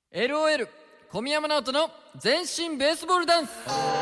LOL 小宮山直人の全身ベースボールダンス。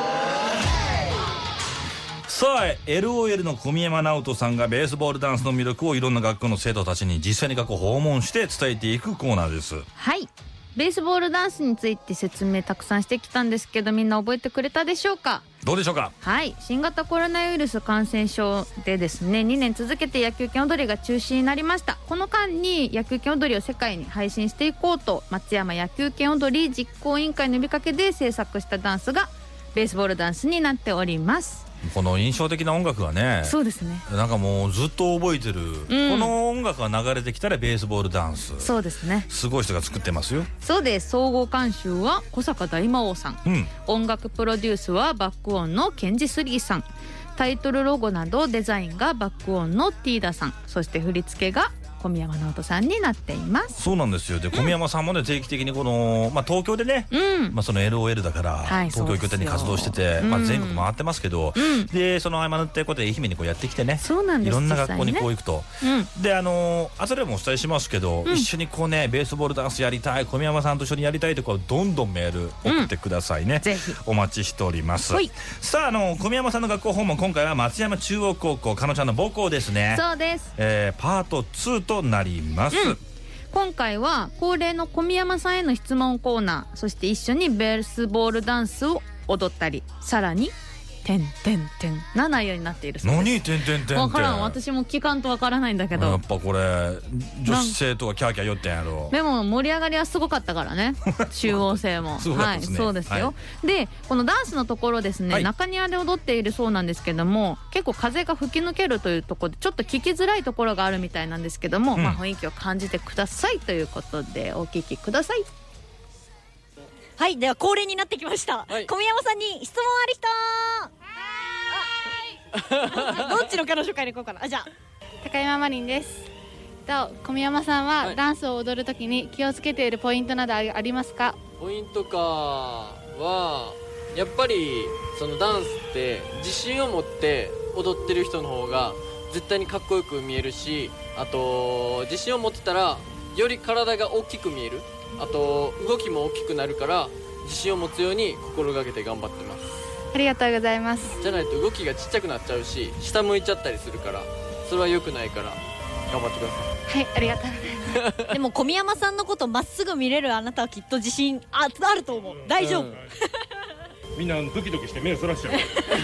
さあ LOL の小宮山直人さんがベースボールダンスの魅力をいろんな学校の生徒たちに実際に学校を訪問して伝えていくコーナーです。 はい、ベースボールダンスについて説明たくさんしてきたんですけど、みんな覚えてくれたでしょうか？ どうでしょうか？ はい、新型コロナウイルス感染症でですね、2年続けて野球拳踊りが中止になりました。この間に野球拳踊りを世界に配信していこうと、松山野球拳踊り実行委員会の呼びかけで制作したダンスがベースボールダンスになっております。 この印象的な音楽がね、 そうですね、 なんかもうずっと覚えてる、この音楽が流れてきたらベースボールダンス、 そうですね、 すごい人が作ってますよ。 そうです。総合監修は小坂大魔王さん、音楽プロデュースはバックオンのケンジスリーさん、タイトルロゴなどデザインがバックオンのティーダさん、そして振り付けが小宮山直人さんになっています。 そうなんですよ。で、小宮山さんもね定期的にこの、東京でね、その LOL だから、東京拠点に活動してて、全国回ってますけど、でその合間縫ってこうやって愛媛にこうやってきてね、 そうなんです、 いろんな学校にこう行くと、で後でもお伝えしますけど、一緒にこうねベースボールダンスやりたい、小宮山さんと一緒にやりたいとこどんどんメール送ってくださいね、 ぜひお待ちしております。さあ小宮山さんの学校訪問、今回は松山中央高校、かのちゃんの母校ですね。 そうです、 パート2となります。 今回は恒例の小宮山さんへの質問コーナー、そして一緒にベースボールダンスを踊ったり、さらにな内容になっているそうです。 何点々って分からん、私も聞かんと分からないんだけど、 やっぱこれ女子生徒がキャーキャー言ってんやろ。 でも盛り上がりはすごかったからね中央生もはい、そうですよ、でこのダンスのところですね、中庭で踊っているそうなんですけども、結構風が吹き抜けるというところでちょっと聞きづらいところがあるみたいなんですけども、雰囲気を感じてくださいということでお聞きください。 はい、では恒例になってきました、小宮山さんに質問ある人どっちの彼女会に行こうかな。じゃあ高山マリンです。小宮山さんはダンスを踊るときに気をつけているポイントなどありますか？ ポイントかはやっぱりそのダンスって自信を持って踊ってる人の方が絶対にかっこよく見えるし、あと自信を持ってたらより体が大きく見える、あと動きも大きくなるから、自信を持つように心がけて頑張ってます。 ありがとうございます。 じゃないと動きがちっちゃくなっちゃうし、下向いちゃったりするから、それは良くないから頑張ってください。 はい、ありがとうございますでも小宮山さんのことまっすぐ見れるあなたはきっと自信あると思う。大丈夫、 みんなドキドキして目そらしちゃう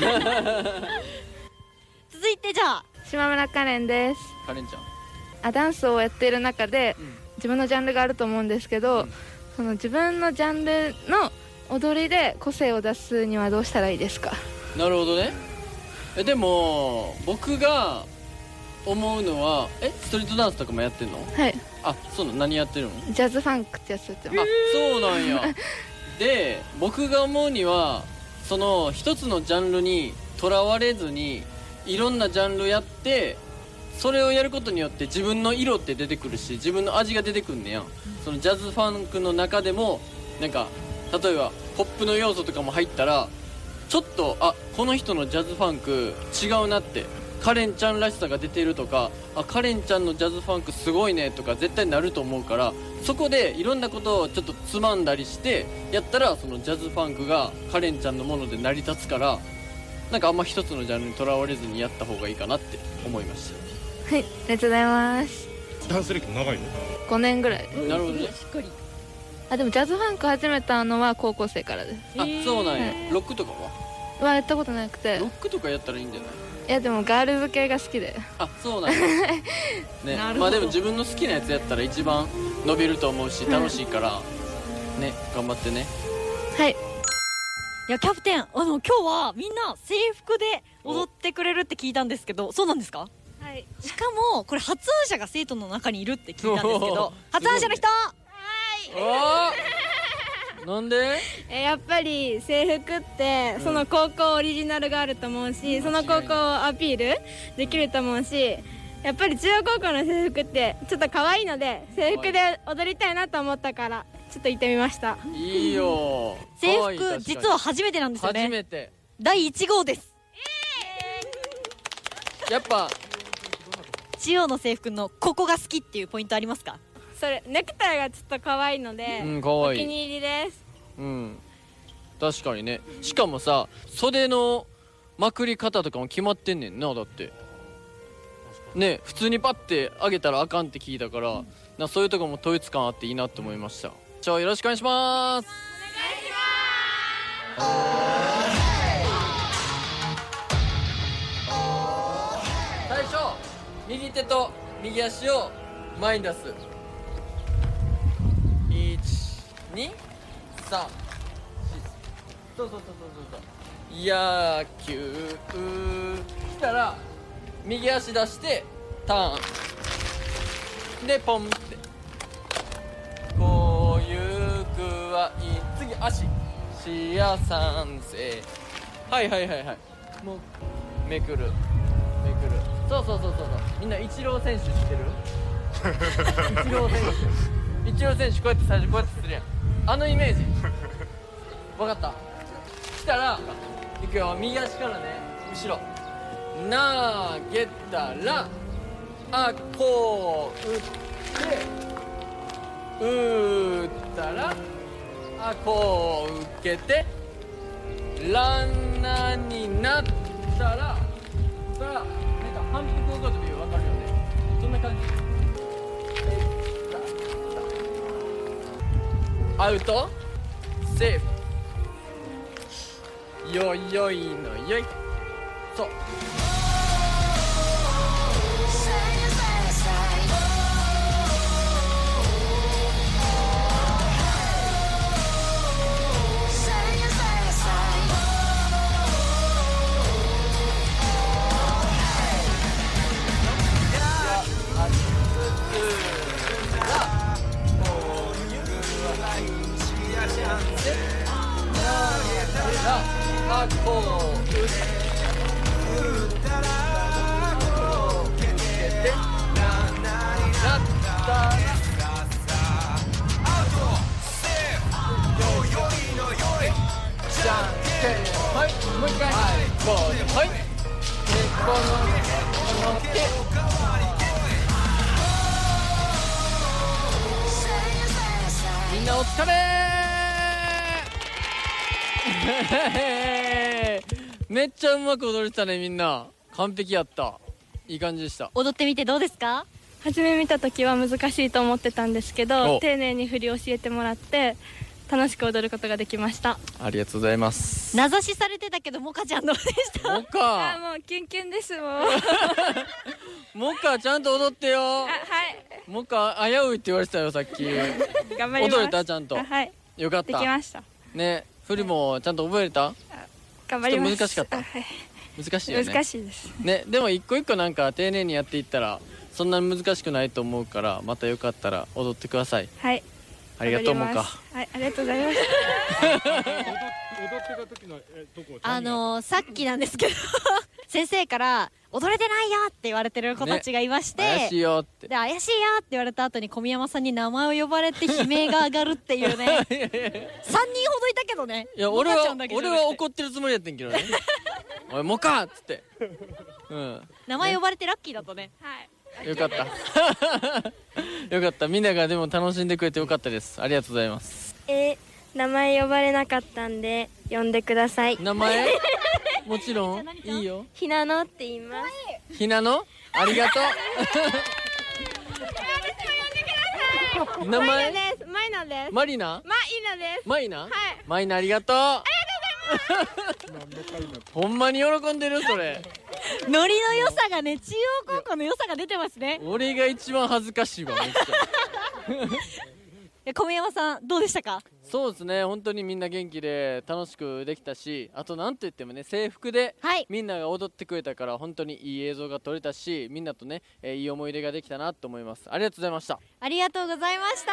続いてじゃあ島村カレンです。 カレンちゃん、 ダンスをやっている中で、自分のジャンルがあると思うんですけど、その自分のジャンルの踊りで個性を出すにはどうしたらいいですか？ なるほどね。でも僕が思うのはストリートダンスとかもやってんの？ はい。 あ、そうなの。何やってるの？ ジャズファンクってやつやってます。 あ、そうなんやで僕が思うには、その一つのジャンルにとらわれずにいろんなジャンルやって、それをやることによって自分の色って出てくるし、自分の味が出てくんねやん。そのジャズファンクの中でもなんか例えばポップの要素とかも入ったら、ちょっとこの人のジャズファンク違うなって、カレンちゃんらしさが出てるとか、カレンちゃんのジャズファンクすごいねとか絶対なると思うから、そこでいろんなことをちょっとつまんだりしてやったら、そのジャズファンクがカレンちゃんのもので成り立つから、なんかあんま一つのジャンルにとらわれずにやった方がいいかなって思いました。 はい、ありがとうございます。 ダンス歴長いの 5年ぐらい。 なるほどね。 しっかり。 でもジャズファンク始めたのは高校生からです。 そうなんや、ロックとかはやったことなくて。 ロックとかやったらいいんじゃない？ いやでもガールズ系が好きで。 そうなんやね。でも自分の好きなやつやったら一番伸びると思うし、楽しいからね、頑張ってね。 はい。 いやキャプテン、今日はみんな制服で踊ってくれるって聞いたんですけど、そうなんですか？ はい。 しかもこれ発案者が生徒の中にいるって聞いたんですけど発案者の人。 なんで？ やっぱり制服ってその高校オリジナルがあると思うし、その高校をアピールできると思うし、やっぱり中央高校の制服ってちょっと可愛いので、制服で踊りたいなと思ったからちょっと行ってみました。 いいよ。 制服実は初めてなんですよね。 初めて。 第1号です。 やっぱ中央の制服のここが好きっていうポイントありますか？ それネクタイがちょっと可愛いので、 可愛い、 お気に入りです。 確かにね。しかもさ、袖のまくり方とかも決まってんねんな。だってね、普通にパッて上げたらあかんって聞いたから、そういうとこも統一感あっていいなって思いました。じゃあよろしくお願いします。お願いします。最初右手と右足を前に出す。1、2、3、4。そう野球来たら右足出してターンでポンって、こういうくはいい。次足視野賛成。はいもうめくる。そうみんなイチロー選手知ってる？イチロー選手こうやって最初こうやってするやん。あのイメージ分かった？来たらいくよ。右足からね、後ろ投げたらこう打ったらこう受けて、ランナーになったらそれはなんか反復横跳び分かるよね。そんな感じ。アウトセーフ。よいよいのよい。そうこう打ったらこう受けてなったらアウトセーフ。よよいのよい。じゃんけんはい。もう一回こうではい。この手みんなお疲れめっちゃうまく踊れてたね。みんな完璧やった。いい感じでした。 踊ってみてどうですか？ 初め見た時は難しいと思ってたんですけど、丁寧に振り教えてもらって楽しく踊ることができました。 ありがとうございます。 名指しされてたけどモカちゃんどうでした？ モカもうキュンキュンですもんモカちゃんと踊ってよ。 はい。 モカ危ういって言われてたよさっき頑張ります。 踊れた？ちゃんと。 はい、 よかった。 できましたね。振りもちゃんと覚えれた？ 頑張ります。 難しかった？ はい、 難しいよね。 難しいですね。でも一個一個なんか丁寧にやっていったらそんなに難しくないと思うから、またよかったら踊ってください。 はい、 ありがとう。モカ。 はい、ありがとうございます踊ってた時のどこ？ さっきなんですけど先生から踊れてないよって言われてる子たちがいまして、 怪しいよって。 で怪しいよって言われた後に小宮山さんに名前を呼ばれて悲鳴が上がるっていうね3人ほどいたけどね。 いや俺は怒ってるつもりやってんけどねおいモカっつって、 名前呼ばれてラッキーだったね。 はい、 よかったよかった。みんながでも楽しんでくれてよかったです。ありがとうございます。 名前呼ばれなかったんで呼んでください。 名前もちろんいいよ。 ひなのって言います。 ひなのありがとう名前マイナです。 マリナ？ マイナです。 マイナ？ はい。 マイナありがとう。ありがとうございますほんまに喜んでるそれノリの良さがね、中央高校の良さが出てますね。 俺が一番恥ずかしいわめっちゃ小宮山さんどうでしたか？ そうですね、本当にみんな元気で楽しくできたし、あとなんといってもね制服でみんなが踊ってくれたから本当にいい映像が撮れたし、みんなとね、いい思い出ができたなと思います。ありがとうございました。 ありがとうございました。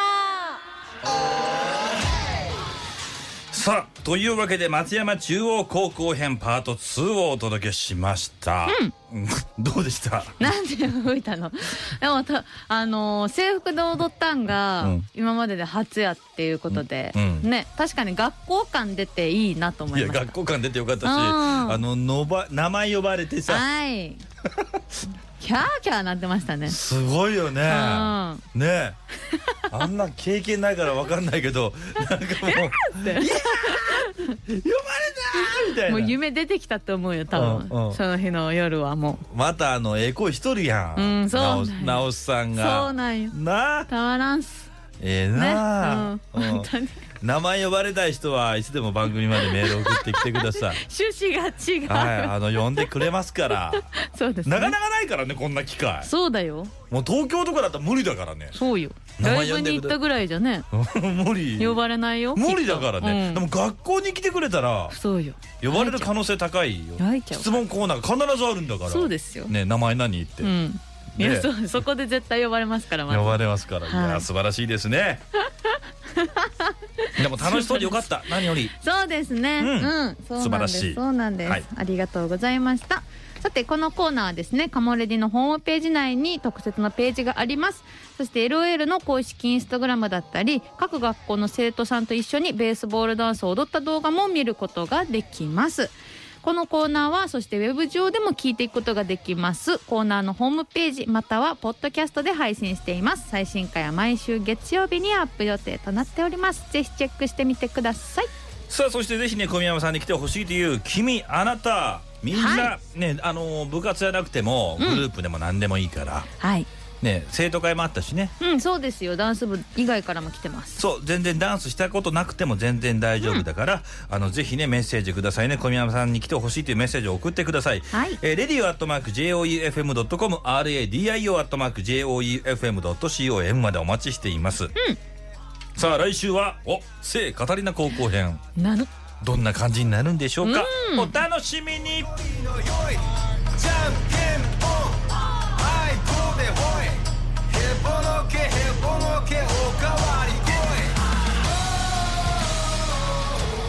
さあというわけで松山中央高校編パート2をお届けしました、どうでした？ なんで吹いたの？でも制服で踊ったんが今までで初やっていうことで、ね、確かに学校感出ていいなと思いました。 いや学校感出てよかったし、名前呼ばれてさ、 キャーキャーなってましたね。 すごいよね。ねあんな経験ないから分かんないけど、なんかもう「いや呼ばれた!」みたいな。 もう夢出てきたと思うよ多分、その日の夜はもう。またこい一人やん。 そう直さんが。 そうなんよ。 なたまらんす。 な本当に。 名前呼ばれたい人はいつでも番組までメール送ってきてください。 趣旨が違う。 はい、呼んでくれますから。 そうですね。 なかなかないからね、こんな機会。 そうだよ。 もう東京とかだったら無理だからね。 そうよ。ライブに行ったぐらいじゃね。 無理。 呼ばれないよ。 無理だからね。でも学校に来てくれたら。 そうよ。 呼ばれる可能性高いよ。質問コーナーが必ずあるんだから。 そうですよ。 ね、名前何って。 いや、そこで絶対呼ばれますから。 呼ばれますから。いや、素晴らしいですね。でも楽しそうでよかった。何より。 そうですね。 素晴らしい。 そうなんです。ありがとうございました。さてこのコーナーはですね、カモレディのホームページ内に特設のページがあります。そして LOL の公式インスタグラムだったり、各学校の生徒さんと一緒にベースボールダンスを踊った動画も見ることができます。このコーナーはそしてウェブ上でも聞いていくことができます。コーナーのホームページまたはポッドキャストで配信しています。最新回は毎週月曜日にアップ予定となっております。ぜひチェックしてみてください。 さあそしてぜひね、小宮山さんに来てほしいという君あなたみんなね、部活じゃなくてもグループでも何でもいいから、ね、生徒会もあったしね。 そうですよ。ダンス部以外からも来てます。 そう、全然ダンスしたことなくても全然大丈夫だから、ぜひねメッセージくださいね。小宮山さんに来てほしいというメッセージを送ってください。radio@joefm.com radio@joefm.com までお待ちしています。さあ来週は聖カタリナ高校編どんな感じになるんでしょうか。お楽しみに。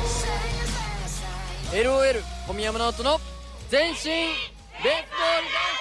LOL 小宮山直人の全身ベースボール